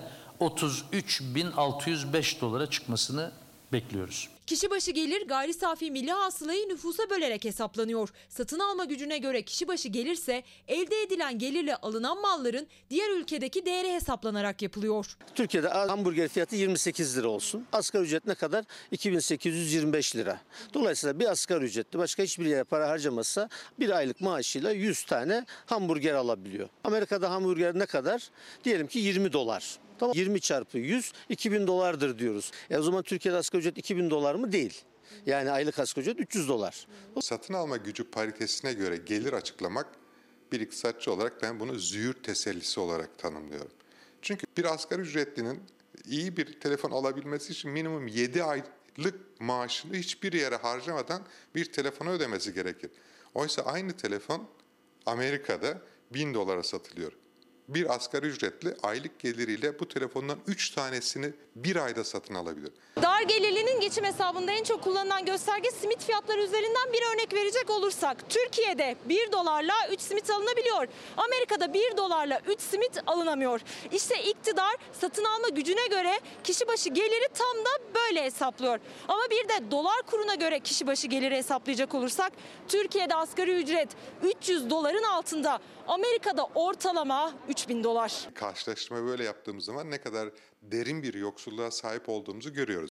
33.605 dolara çıkmasını bekliyoruz. Kişi başı gelir gayri safi milli hasılayı nüfusa bölerek hesaplanıyor. Satın alma gücüne göre kişi başı gelirse elde edilen gelirle alınan malların diğer ülkedeki değeri hesaplanarak yapılıyor. Türkiye'de hamburger fiyatı 28 lira olsun. Asgari ücret ne kadar? 2825 lira. Dolayısıyla bir asgari ücretli başka hiçbir yere para harcamazsa bir aylık maaşıyla 100 tane hamburger alabiliyor. Amerika'da hamburger ne kadar? Diyelim ki 20 dolar. Tamam. 20 çarpı 100 2000 dolardır diyoruz. O zaman Türkiye'de asgari ücret 2000 dolar mı? Değil. Yani aylık asgari ücret 300 dolar. Satın alma gücü paritesine göre gelir açıklamak bir iktisatçı olarak ben bunu züğürt tesellisi olarak tanımlıyorum. Çünkü bir asgari ücretlinin iyi bir telefon alabilmesi için minimum 7 aylık maaşını hiçbir yere harcamadan bir telefona ödemesi gerekir. Oysa aynı telefon Amerika'da 1000 dolara satılıyor. Bir asgari ücretli aylık geliriyle bu telefondan 3 tanesini bir ayda satın alabilir. Dar gelirlinin geçim hesabında en çok kullanılan gösterge simit fiyatları üzerinden bir örnek verecek olursak Türkiye'de 1 dolarla 3 simit alınabiliyor. Amerika'da 1 dolarla 3 simit alınamıyor. İşte iktidar satın alma gücüne göre kişi başı geliri tam da böyle hesaplıyor. Ama bir de dolar kuruna göre kişi başı geliri hesaplayacak olursak Türkiye'de asgari ücret 300 doların altında. Amerika'da ortalama 3000 dolar. Karşılaştırma böyle yaptığımız zaman ne kadar derin bir yoksulluğa sahip olduğumuzu görüyoruz.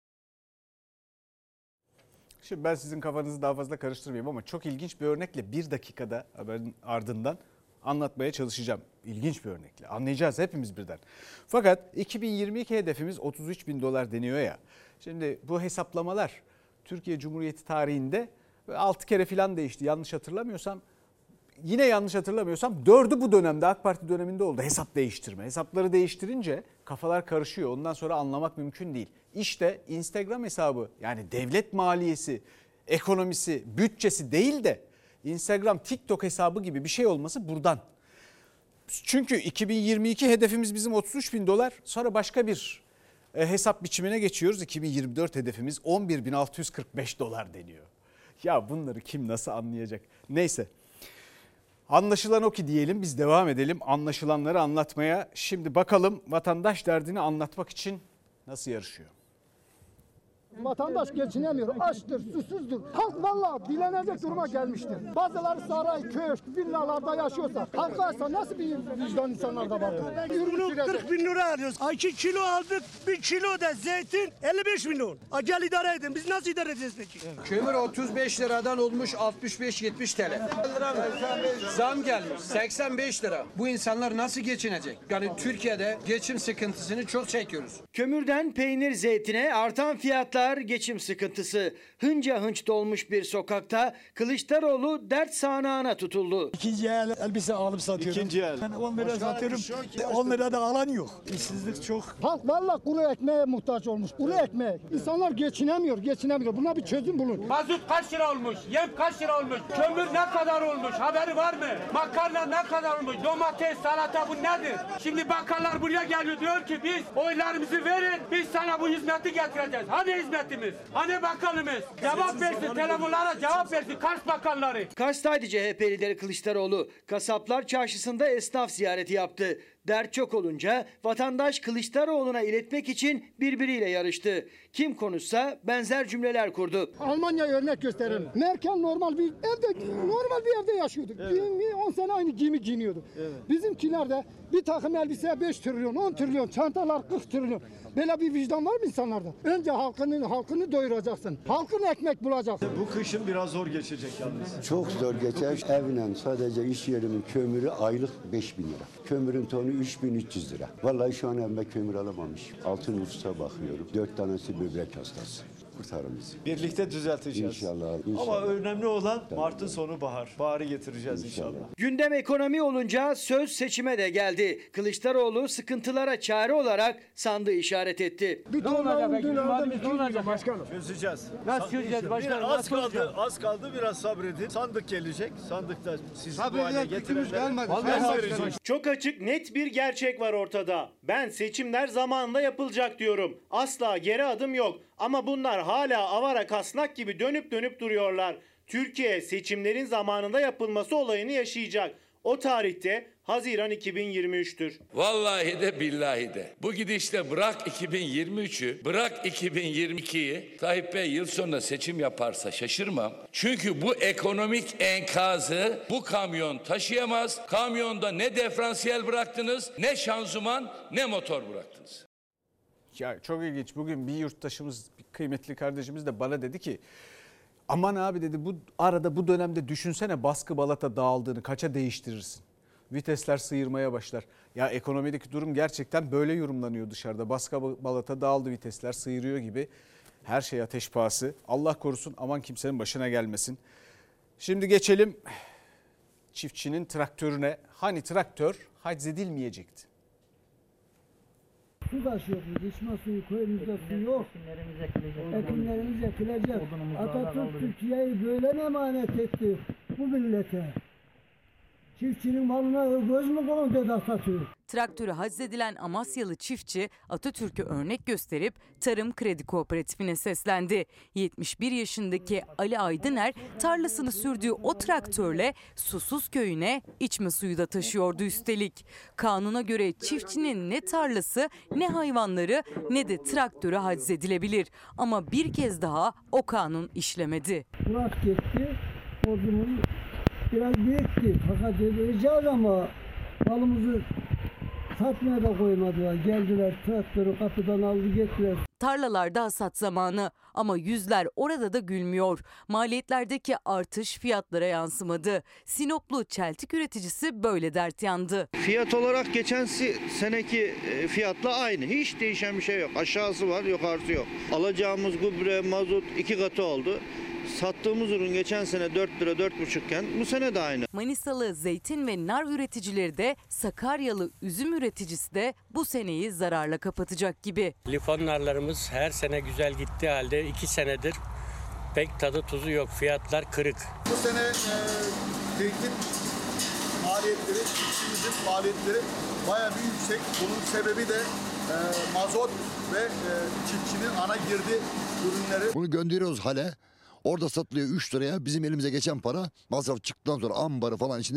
Şimdi ben sizin kafanızı daha fazla karıştırmayayım ama çok ilginç bir örnekle bir dakikada haberin ardından anlatmaya çalışacağım. İlginç bir örnekle. Anlayacağız hepimiz birden. Fakat 2022 hedefimiz 33 bin dolar deniyor ya. Şimdi bu hesaplamalar Türkiye Cumhuriyeti tarihinde 6 kere falan değişti. Yanlış hatırlamıyorsam. Yine yanlış hatırlamıyorsam 4'ü bu dönemde AK Parti döneminde oldu hesap değiştirme. Hesapları değiştirince kafalar karışıyor. Ondan sonra anlamak mümkün değil. İşte Instagram hesabı yani devlet maliyesi, ekonomisi, bütçesi değil de Instagram, TikTok hesabı gibi bir şey olması buradan. Çünkü 2022 hedefimiz bizim 33 bin dolar. Sonra başka bir hesap biçimine geçiyoruz. 2024 hedefimiz 11.645 dolar deniyor. Ya bunları kim nasıl anlayacak? Neyse. Anlaşılan o ki diyelim, biz devam edelim anlaşılanları anlatmaya. Şimdi bakalım vatandaş derdini anlatmak için nasıl yarışıyor? Vatandaş geçinemiyor, açtır, susuzdur. Halk vallahi dilenecek duruma gelmiştir. Bazıları saray, köşk, villalarda yaşıyorsa, halkaysa nasıl bir vicdan insanlarda vardır? Bunu 40 bin lira alıyoruz. 2 kilo aldık, 1 kilo da zeytin 55 milyon. Gel idare edin, biz nasıl idare edeceğiz peki? Kömür 35 liradan olmuş 65-70 TL. Zam gelmiş 85 lira. Bu insanlar nasıl geçinecek? Yani Türkiye'de geçim sıkıntısını çok çekiyoruz. Kömürden peynir, zeytine artan fiyatlar Faturalar, geçim sıkıntısı. Hınca hınç dolmuş bir sokakta Kılıçdaroğlu dert sahnağına tutuldu. İkinci el elbise alıp satıyorum. İkinci el. Ben 10 lira satıyorum. 10 lira da alan yok. İşsizlik çok. Halk valla kuru ekmeğe muhtaç olmuş. Kuru ekmek. İnsanlar geçinemiyor. Buna bir çözüm bulun. Mazot kaç lira olmuş? Yem kaç lira olmuş? Kömür ne kadar olmuş? Haberi var mı? Makarna ne kadar olmuş? Domates, salata bu nedir? Şimdi bakanlar buraya geliyor diyor ki biz oylarımızı verin. Biz sana bu hizmeti getireceğiz. Hani hizmetimiz? Hani bakanımız? Cevap versin. Telefonlara cevap versin. Kars bakanları. Kars'taydı CHP lideri Kılıçdaroğlu. Kasaplar Çarşısı'nda esnaf ziyareti yaptı. Dert çok olunca vatandaş Kılıçdaroğlu'na iletmek için birbiriyle yarıştı. Kim konuşsa benzer cümleler kurdu. Almanya örnek gösterelim. Merkel normal bir evde yaşıyordu. Evet. 10 sene aynı giyimi giyiniyordu. Evet. Bizimkiler de bir takım elbiseye 5 trilyon, 10 trilyon, çantalar 40 trilyon. Böyle bir vicdan var mı insanlarda? Önce halkını doyuracaksın. Halkın ekmek bulacaksın. Bu kışın biraz zor geçecek yalnız. Çok zor geçer. Evlen sadece iş yerimin kömürü aylık 5.000 lira. Kömürün tonu 3.300 lira. Vallahi şu an evime kömür alamamış. Altın nüfusa bakıyorum. 4 tanesi böbrek hastası. Kurtarın bizi. Birlikte düzelteceğiz. İnşallah. Ama önemli olan Mart'ın sonu bahar. Baharı getireceğiz inşallah. Gündem ekonomi olunca söz seçime de geldi. Kılıçdaroğlu sıkıntılara çare olarak sandığı işaret etti. Ne olacak başkanım? Çözeceğiz. Nasıl çözeceğiz başkanım? Az kaldı biraz sabredin. Sandık gelecek. Sandıkta sizi bu hale getirenler. Çok açık, net bir gerçek var ortada. Ben seçimler zamanında yapılacak diyorum. Asla geri adım yok. Ama bunlar hala avara kasnak gibi dönüp duruyorlar. Türkiye seçimlerin zamanında yapılması olayını yaşayacak. O tarihte Haziran 2023'tür. Vallahi de billahi de. Bu gidişle bırak 2023'ü, bırak 2022'yi. Tayyip Bey yıl sonunda seçim yaparsa şaşırmam. Çünkü bu ekonomik enkazı bu kamyon taşıyamaz. Kamyonda ne diferansiyel bıraktınız, ne şanzıman, ne motor bıraktınız. Ya çok ilginç. Bugün bir yurttaşımız, bir kıymetli kardeşimiz de bana dedi ki aman abi dedi bu arada bu dönemde düşünsene baskı balata dağıldığını kaça değiştirirsin? Vitesler sıyırmaya başlar. Ya ekonomideki durum gerçekten böyle yorumlanıyor dışarıda. Baskı balata dağıldı, vitesler sıyırıyor gibi. Her şey ateş pahası. Allah korusun, aman kimsenin başına gelmesin. Şimdi geçelim çiftçinin traktörüne. Hani traktör haczedilmeyecekti. Su taşıyor. İçme suyu, köyümüzde su yok. Ekinlerimiz ekilecek. Atatürk Türkiye'yi böyle mi emanet etti bu millete? Çiftçinin malına göz mü kondu dedi Atatürk? Traktörü haczedilen Amasyalı çiftçi Atatürk'ü örnek gösterip Tarım Kredi Kooperatifine seslendi. 71 yaşındaki Ali Aydıner tarlasını sürdüğü o traktörle Susuz köyüne içme suyu da taşıyordu üstelik. Kanuna göre çiftçinin ne tarlası, ne hayvanları, ne de traktörü haczedilebilir. Ama bir kez daha o kanun işlemedi. Murat gitti, ordumuz biraz büyüktü. Fakat edeceğiz ama malımızı satmaya da koymadılar. Geldiler traktörü kapıdan aldı getiriyor. Tarlalarda hasat zamanı ama yüzler orada da gülmüyor. Maliyetlerdeki artış fiyatlara yansımadı. Sinoplu çeltik üreticisi böyle dert yandı. Fiyat olarak geçen seneki fiyatla aynı. Hiç değişen bir şey yok. Aşağısı var, yukarısı yok. Alacağımız gübre, mazot 2 katı oldu. Sattığımız ürün geçen sene 4 lira 4,5 iken bu sene de aynı. Manisalı zeytin ve nar üreticileri de Sakaryalı üzüm üreticisi de bu seneyi zararla kapatacak gibi. Lifon narlarımız her sene güzel gittiği halde 2 senedir pek tadı tuzu yok. Fiyatlar kırık. Bu sene zeytin maliyetleri, çiftçimizin maliyetleri bayağı bir yüksek. Bunun sebebi de mazot ve çiftçinin ana girdi ürünleri. Bunu gönderiyoruz hale. Orada satılıyor 3 liraya. Bizim elimize geçen para masraf çıktıktan sonra ambarı falan içinde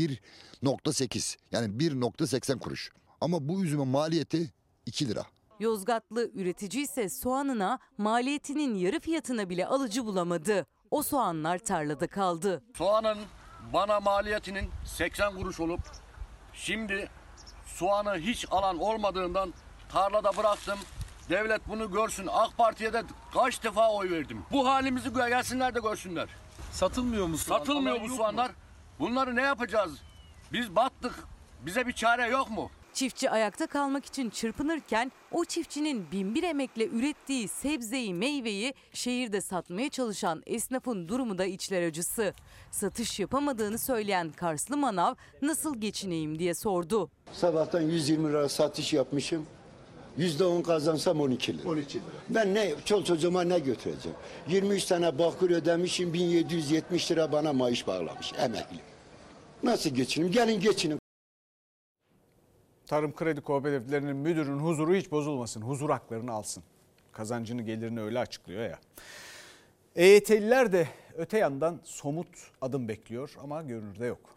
1.8 yani 1.80 kuruş. Ama bu üzümün maliyeti 2 lira. Yozgatlı üretici ise soğanına maliyetinin yarı fiyatına bile alıcı bulamadı. O soğanlar tarlada kaldı. Soğanın bana maliyetinin 80 kuruş olup şimdi soğanı hiç alan olmadığından tarlada bıraktım. Devlet bunu görsün. AK Parti'ye de kaç defa oy verdim. Bu halimizi gelsinler de görsünler. Satılmıyor mu soğan? Satılmıyor bu soğanlar. Bunları ne yapacağız? Biz battık. Bize bir çare yok mu? Çiftçi ayakta kalmak için çırpınırken o çiftçinin binbir emekle ürettiği sebzeyi, meyveyi şehirde satmaya çalışan esnafın durumu da içler acısı. Satış yapamadığını söyleyen Karslı manav nasıl geçineyim diye sordu. Sabahtan 120 lira satış yapmışım. %10 kazansam 12 lira. 12 lira. Ben ne çocuğuma ne götüreceğim? 23 tane bakır ödemişim, 1770 lira bana maaş bağlamış emekli. Nasıl geçineyim? Gelin geçinin. Tarım Kredi Kooperatiflerinin müdürünün huzuru hiç bozulmasın. Huzur haklarını alsın. Kazancını, gelirini öyle açıklıyor ya. EYT'liler de öte yandan somut adım bekliyor ama görünürde yok.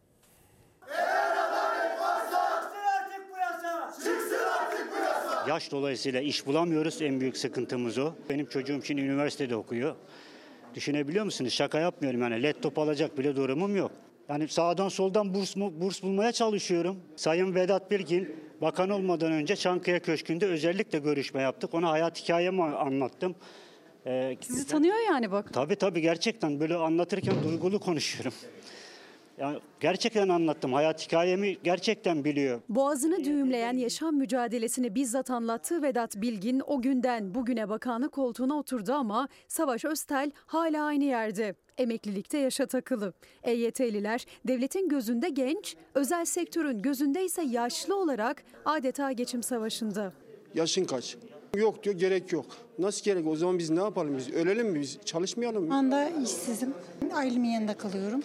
Yaş dolayısıyla iş bulamıyoruz. En büyük sıkıntımız o. Benim çocuğum şimdi üniversitede okuyor. Düşünebiliyor musunuz? Şaka yapmıyorum yani. Laptop alacak bile durumum yok. Yani sağdan soldan burs bulmaya çalışıyorum. Sayın Vedat Bilgin bakan olmadan önce Çankaya Köşkü'nde özellikle görüşme yaptık. Ona hayat hikayemi anlattım. Sizi tanıyor yani bak. Tabii gerçekten böyle anlatırken duygulu konuşuyorum. Yani gerçekten anlattım. Hayat hikayemi gerçekten biliyor. Boğazını düğümleyen yaşam mücadelesini bizzat anlattığı Vedat Bilgin o günden bugüne bakanlık koltuğuna oturdu ama Savaş Öztel hala aynı yerde. Emeklilikte yaşa takılı. EYT'liler devletin gözünde genç, özel sektörün gözünde ise yaşlı olarak adeta geçim savaşında. Yaşın kaç? Yok diyor, gerek yok. Nasıl gerek? O zaman biz ne yapalım? Biz ölelim mi? Biz çalışmayalım mı? Şu anda işsizim. Ailemin yanında kalıyorum.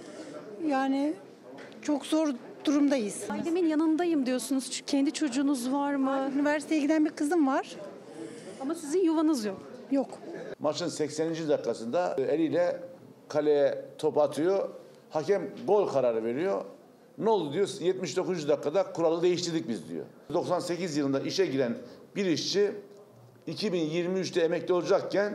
Yani çok zor durumdayız. Ailemin yanındayım diyorsunuz. Çünkü kendi çocuğunuz var mı? Üniversiteye giden bir kızım var. Ama sizin yuvanız yok. Yok. Maçın 80. dakikasında eliyle kaleye top atıyor. Hakem gol kararı veriyor. Ne oldu diyor? 79. dakikada kuralı değiştirdik biz diyor. 98 yılında işe giren bir işçi 2023'te emekli olacakken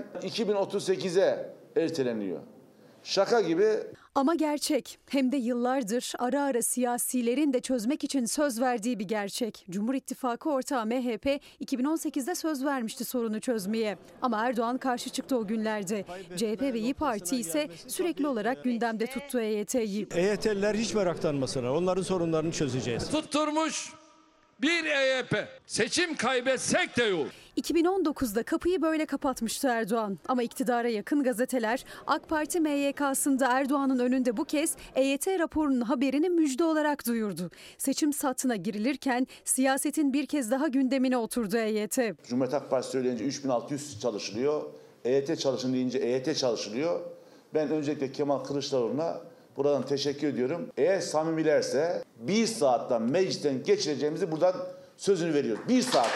2038'e erteleniyor. Şaka gibi. Ama gerçek, hem de yıllardır ara ara siyasilerin de çözmek için söz verdiği bir gerçek. Cumhur İttifakı ortağı MHP 2018'de söz vermişti sorunu çözmeye. Ama Erdoğan karşı çıktı o günlerde. CHP ve İYİ Parti ise sürekli olarak gündemde tuttu EYT'yi. EYT'liler hiç meraklanmasınlar. Onların sorunlarını çözeceğiz. Tutturmuş bir EYP. Seçim kaybetsek de yok. 2019'da kapıyı böyle kapatmıştı Erdoğan. Ama iktidara yakın gazeteler AK Parti MYK'sında Erdoğan'ın önünde bu kez EYT raporunun haberini müjde olarak duyurdu. Seçim saatine girilirken siyasetin bir kez daha gündemine oturdu EYT. Cumhuriyet Halk Partisi söyleyince 3600 çalışılıyor. EYT çalışın deyince EYT çalışılıyor. Ben öncelikle Kemal Kılıçdaroğlu'na buradan teşekkür ediyorum. Eğer samimilerse bir saatten meclisten geçireceğimizi buradan sözünü veriyor. Bir saat.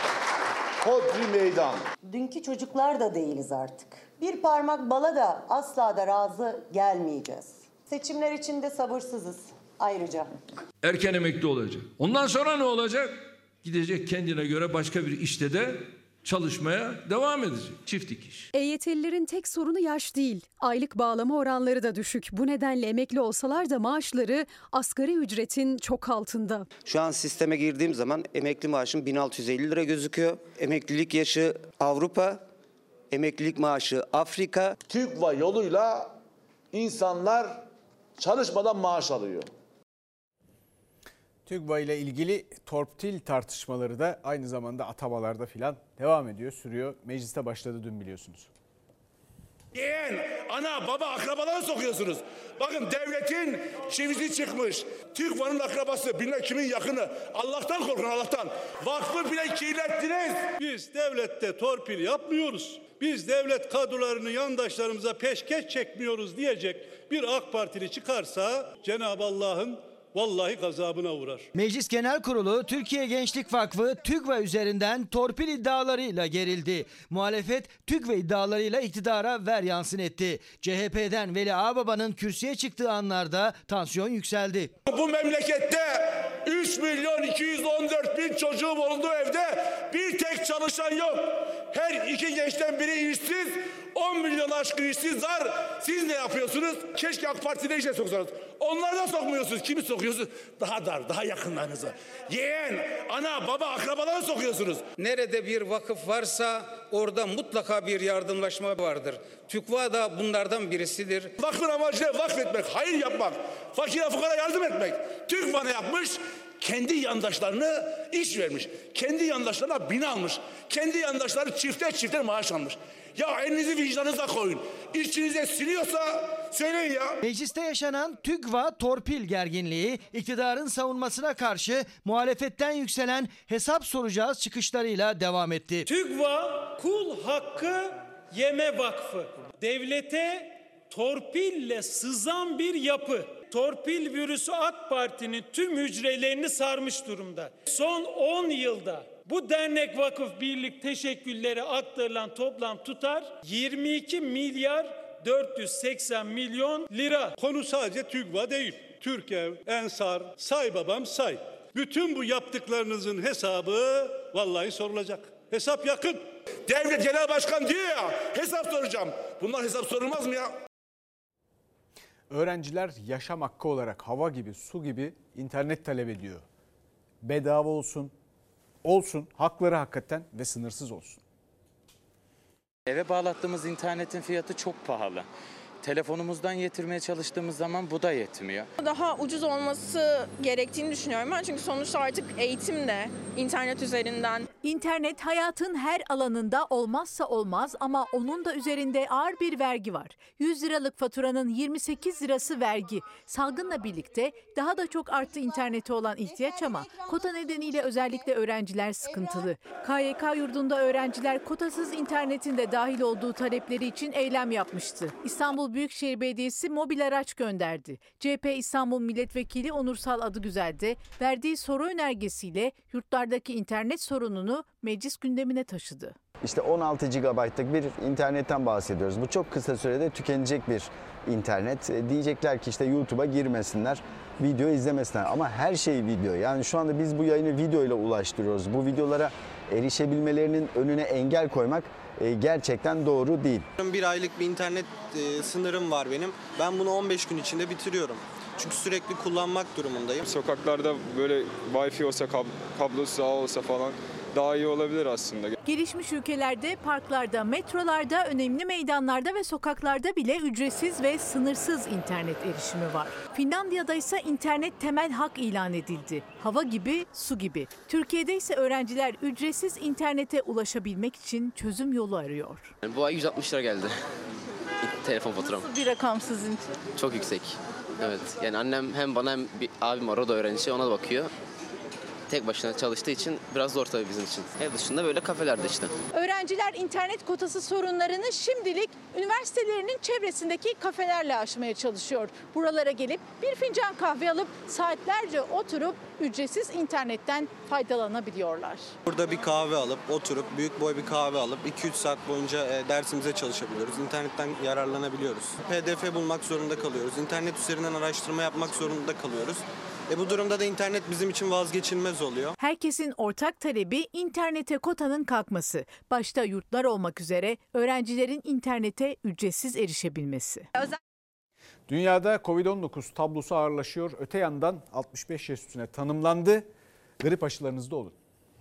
Hodri meydan. Dünkü çocuklar da değiliz artık. Bir parmak bala da asla da razı gelmeyeceğiz. Seçimler için de sabırsızız ayrıca. Erken emekli olacak. Ondan sonra ne olacak? Gidecek kendine göre başka bir işte de çalışmaya devam edecek. Çift dikiş. EYT'lilerin tek sorunu yaş değil. Aylık bağlama oranları da düşük. Bu nedenle emekli olsalar da maaşları asgari ücretin çok altında. Şu an sisteme girdiğim zaman emekli maaşım 1650 lira gözüküyor. Emeklilik yaşı Avrupa, emeklilik maaşı Afrika. TÜGVA yoluyla insanlar çalışmadan maaş alıyor. TÜGVA ile ilgili torpil tartışmaları da aynı zamanda atamalarda filan devam ediyor, sürüyor. Mecliste başladı dün biliyorsunuz. Yeğen, ana, baba akrabaları sokuyorsunuz. Bakın devletin çivisi çıkmış. TÜGVA'nın akrabası, bilmem kimin yakını. Allah'tan korkun, Allah'tan. Vakfı bile kirlettiniz. Biz devlette torpil yapmıyoruz. Biz devlet kadrolarını yandaşlarımıza peşkeş çekmiyoruz diyecek bir AK Partili çıkarsa Cenab-ı Allah'ın vallahi gazabına uğrar. Meclis Genel Kurulu Türkiye Gençlik Vakfı TÜGVA üzerinden torpil iddialarıyla gerildi. Muhalefet TÜGVA iddialarıyla iktidara ver yansın etti. CHP'den Veli Ağbaba'nın kürsüye çıktığı anlarda tansiyon yükseldi. Bu memlekette 3.214.000 çocuğum olduğu evde bir tek çalışan yok. Her iki gençten biri işsiz, 10 milyon aşkın işsiz var. Siz ne yapıyorsunuz? Keşke AK Parti'de işe soksanız. Onları da sokmuyorsunuz. Kimi sokuyorsunuz? Daha dar, daha yakınlarınıza. Yeğen, ana, baba, akrabaları sokuyorsunuz. Nerede bir vakıf varsa orada mutlaka bir yardımlaşma vardır. TÜGVA da bunlardan birisidir. Vakfın amacı vakfetmek, hayır yapmak, fakire fukara yardım etmek. TÜGVA ne yapmış? kendi yandaşlarını iş vermiş. Kendi yandaşlarına bina almış. Kendi yandaşları çifter maaş almış. Ya elinizi vicdanınıza koyun. İçinize siniyorsa söyleyin ya. Mecliste yaşanan TÜGVA torpil gerginliği iktidarın savunmasına karşı muhalefetten yükselen hesap soracağız çıkışlarıyla devam etti. TÜGVA kul hakkı yeme vakfı. Devlete torpille sızan bir yapı. Torpil virüsü AK Parti'nin tüm hücrelerini sarmış durumda. Son 10 yılda bu dernek, vakıf, birlik teşekkülleri aktarılan toplam tutar 22 milyar 480 milyon lira. Konu sadece TÜGVA değil. Türkev, Ensar, say babam say. Bütün bu yaptıklarınızın hesabı vallahi sorulacak. Hesap yakın. Devlet Genel Başkan diyor ya, hesap soracağım. Bunlar hesap sorulmaz mı ya? Öğrenciler yaşam hakkı olarak hava gibi, su gibi internet talep ediyor. Bedava olsun, hakları hakikaten ve sınırsız olsun. Eve bağlattığımız internetin fiyatı çok pahalı. Telefonumuzdan getirmeye çalıştığımız zaman bu da yetmiyor. Daha ucuz olması gerektiğini düşünüyorum ben. Çünkü sonuçta artık eğitim de internet üzerinden. İnternet hayatın her alanında olmazsa olmaz ama onun da üzerinde ağır bir vergi var. 100 liralık faturanın 28 lirası vergi. Salgınla birlikte daha da çok arttı internete olan ihtiyaç ama kota nedeniyle özellikle öğrenciler sıkıntılı. KYK yurdunda öğrenciler kotasız internetin de dahil olduğu talepleri için eylem yapmıştı. İstanbul Büyükşehir Belediyesi mobil araç gönderdi. CHP İstanbul Milletvekili Onursal Adıgüzel de verdiği soru önergesiyle yurtlardaki internet sorununu meclis gündemine taşıdı. İşte 16 GB'lık bir internetten bahsediyoruz. Bu çok kısa sürede tükenecek bir internet. Diyecekler ki işte YouTube'a girmesinler, video izlemesinler ama her şey video. Yani şu anda biz bu yayını video ile ulaştırıyoruz. Bu videolara erişebilmelerinin önüne engel koymak gerçekten doğru değil. Bir aylık bir internet sınırım var benim. Ben bunu 15 gün içinde bitiriyorum. Çünkü sürekli kullanmak durumundayım. Sokaklarda böyle Wi-Fi olsa, kablosuz ağ olsa falan daha iyi olabilir aslında. Gelişmiş ülkelerde, parklarda, metrolarda, önemli meydanlarda ve sokaklarda bile ücretsiz ve sınırsız internet erişimi var. Finlandiya'da ise internet temel hak ilan edildi. Hava gibi, su gibi. Türkiye'de ise öğrenciler ücretsiz internete ulaşabilmek için çözüm yolu arıyor. Bu ay 160 lira geldi. Telefon faturam. Nasıl bir rakam sizin için? Çok yüksek. Evet. Yani annem hem bana hem bir abim var, o da öğrenci, ona da bakıyor. Tek başına çalıştığı için biraz zor tabii bizim için. Ev dışında böyle kafelerde işte. Öğrenciler internet kotası sorunlarını şimdilik üniversitelerinin çevresindeki kafelerle aşmaya çalışıyor. Buralara gelip bir fincan kahve alıp saatlerce oturup ücretsiz internetten faydalanabiliyorlar. Burada bir kahve alıp oturup büyük boy bir kahve alıp 2-3 saat boyunca dersimize çalışabiliyoruz. İnternetten yararlanabiliyoruz. PDF bulmak zorunda kalıyoruz. İnternet üzerinden araştırma yapmak zorunda kalıyoruz. Bu durumda da internet bizim için vazgeçilmez oluyor. Herkesin ortak talebi internete kotanın kalkması. Başta yurtlar olmak üzere öğrencilerin internete ücretsiz erişebilmesi. Dünyada Covid-19 tablosu ağırlaşıyor. Öte yandan 65 yaş üstüne tanımlandı. Grip aşılarınızda olun.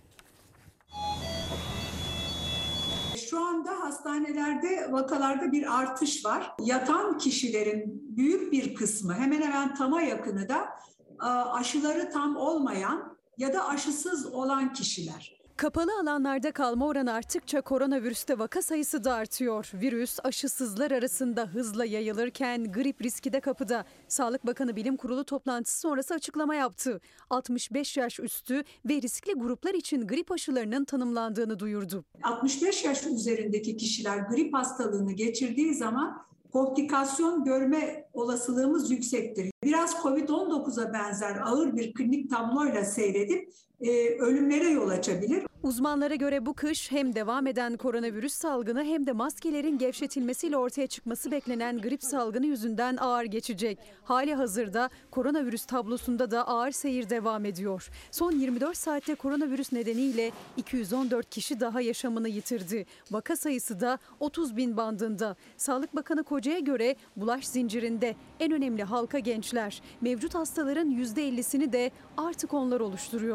Şu anda hastanelerde vakalarda bir artış var. Yatan kişilerin büyük bir kısmı, hemen hemen tama yakını da aşıları tam olmayan ya da aşısız olan kişiler. Kapalı alanlarda kalma oranı arttıkça koronavirüste vaka sayısı da artıyor. Virüs aşısızlar arasında hızla yayılırken grip riski de kapıda. Sağlık Bakanı Bilim Kurulu toplantısı sonrası açıklama yaptı. 65 yaş üstü ve riskli gruplar için grip aşılarının tanımlandığını duyurdu. 65 yaş üzerindeki kişiler grip hastalığını geçirdiği zaman komplikasyon görme olasılığımız yüksektir. Biraz Covid-19'a benzer ağır bir klinik tabloyla seyredip ölümlere yol açabilir. Uzmanlara göre bu kış hem devam eden koronavirüs salgını hem de maskelerin gevşetilmesiyle ortaya çıkması beklenen grip salgını yüzünden ağır geçecek. Hali hazırda koronavirüs tablosunda da ağır seyir devam ediyor. Son 24 saatte koronavirüs nedeniyle 214 kişi daha yaşamını yitirdi. Vaka sayısı da 30.000 bandında. Sağlık Bakanı Koca'ya göre bulaş zincirinde en önemli halka gençler. Mevcut hastaların %50'sini de artık onlar oluşturuyor.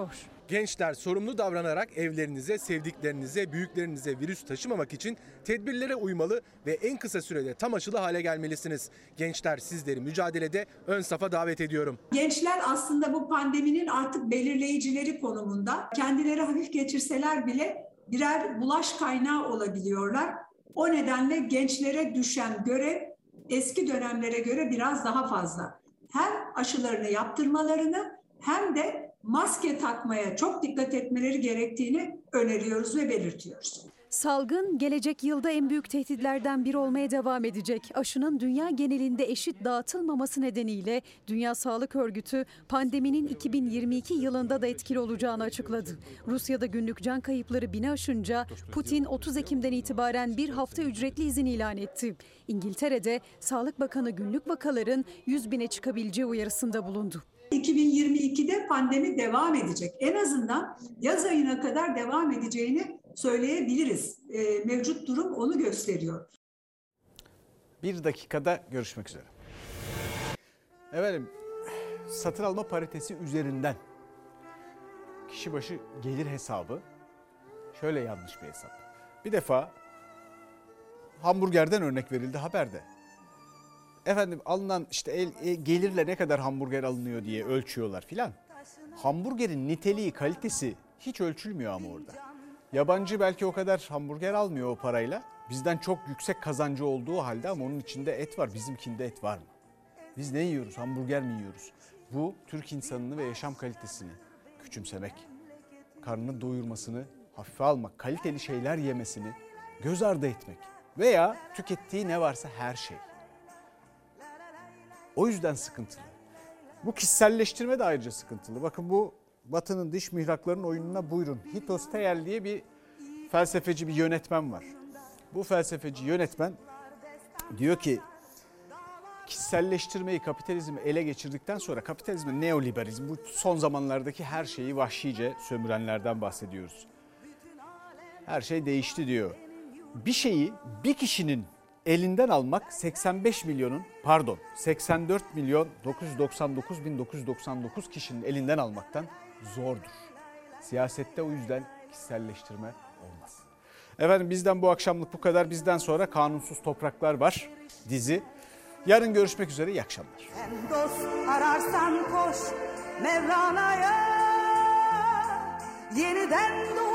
Gençler sorumlu davranarak evlerinize, sevdiklerinize, büyüklerinize virüs taşımamak için tedbirlere uymalı ve en kısa sürede tam aşılı hale gelmelisiniz. Gençler sizleri mücadelede ön safa davet ediyorum. Gençler aslında bu pandeminin artık belirleyicileri konumunda. Kendileri hafif geçirseler bile birer bulaş kaynağı olabiliyorlar. O nedenle gençlere düşen görev eski dönemlere göre biraz daha fazla. Hem aşılarını yaptırmalarını hem de maske takmaya çok dikkat etmeleri gerektiğini öneriyoruz ve belirtiyoruz. Salgın gelecek yılda en büyük tehditlerden biri olmaya devam edecek. Aşının dünya genelinde eşit dağıtılmaması nedeniyle Dünya Sağlık Örgütü pandeminin 2022 yılında da etkili olacağını açıkladı. Rusya'da günlük can kayıpları 1000'i aşınca Putin 30 Ekim'den itibaren bir hafta ücretli izin ilan etti. İngiltere'de Sağlık Bakanı günlük vakaların 100.000'e çıkabileceği uyarısında bulundu. 2022'de pandemi devam edecek. En azından yaz ayına kadar devam edeceğini söyleyebiliriz. Mevcut durum onu gösteriyor. Bir dakikada görüşmek üzere. Efendim, satın alma paritesi üzerinden kişi başı gelir hesabı şöyle yanlış bir hesap. Bir defa hamburgerden örnek verildi haberde. Efendim alınan işte gelirle ne kadar hamburger alınıyor diye ölçüyorlar filan. Hamburgerin niteliği, kalitesi hiç ölçülmüyor ama orada. Yabancı belki o kadar hamburger almıyor o parayla. Bizden çok yüksek kazancı olduğu halde ama onun içinde et var. Bizimkinde et var mı? Biz ne yiyoruz? Hamburger mi yiyoruz? Bu Türk insanını ve yaşam kalitesini küçümsemek, karnını doyurmasını hafife almak, kaliteli şeyler yemesini göz ardı etmek veya tükettiği ne varsa her şey. O yüzden sıkıntılı. Bu kişiselleştirme de ayrıca sıkıntılı. Bakın bu Batı'nın dış mihrakların oyununa buyurun. Hitos Teyel diye bir felsefeci, bir yönetmen var. Bu felsefeci yönetmen diyor ki kişiselleştirmeyi, kapitalizmi ele geçirdikten sonra kapitalizm, neoliberalizm, bu son zamanlardaki her şeyi vahşice sömürenlerden bahsediyoruz. Her şey değişti diyor. Bir şeyi bir kişinin elinden almak 84 milyon 999 bin 999 kişinin elinden almaktan zordur. Siyasette o yüzden kişiselleştirme olmaz. Efendim bizden bu akşamlık bu kadar. Bizden sonra Kanunsuz Topraklar var dizi. Yarın görüşmek üzere. İyi akşamlar. Dost ararsan koş Mevlana'ya yeniden doğ.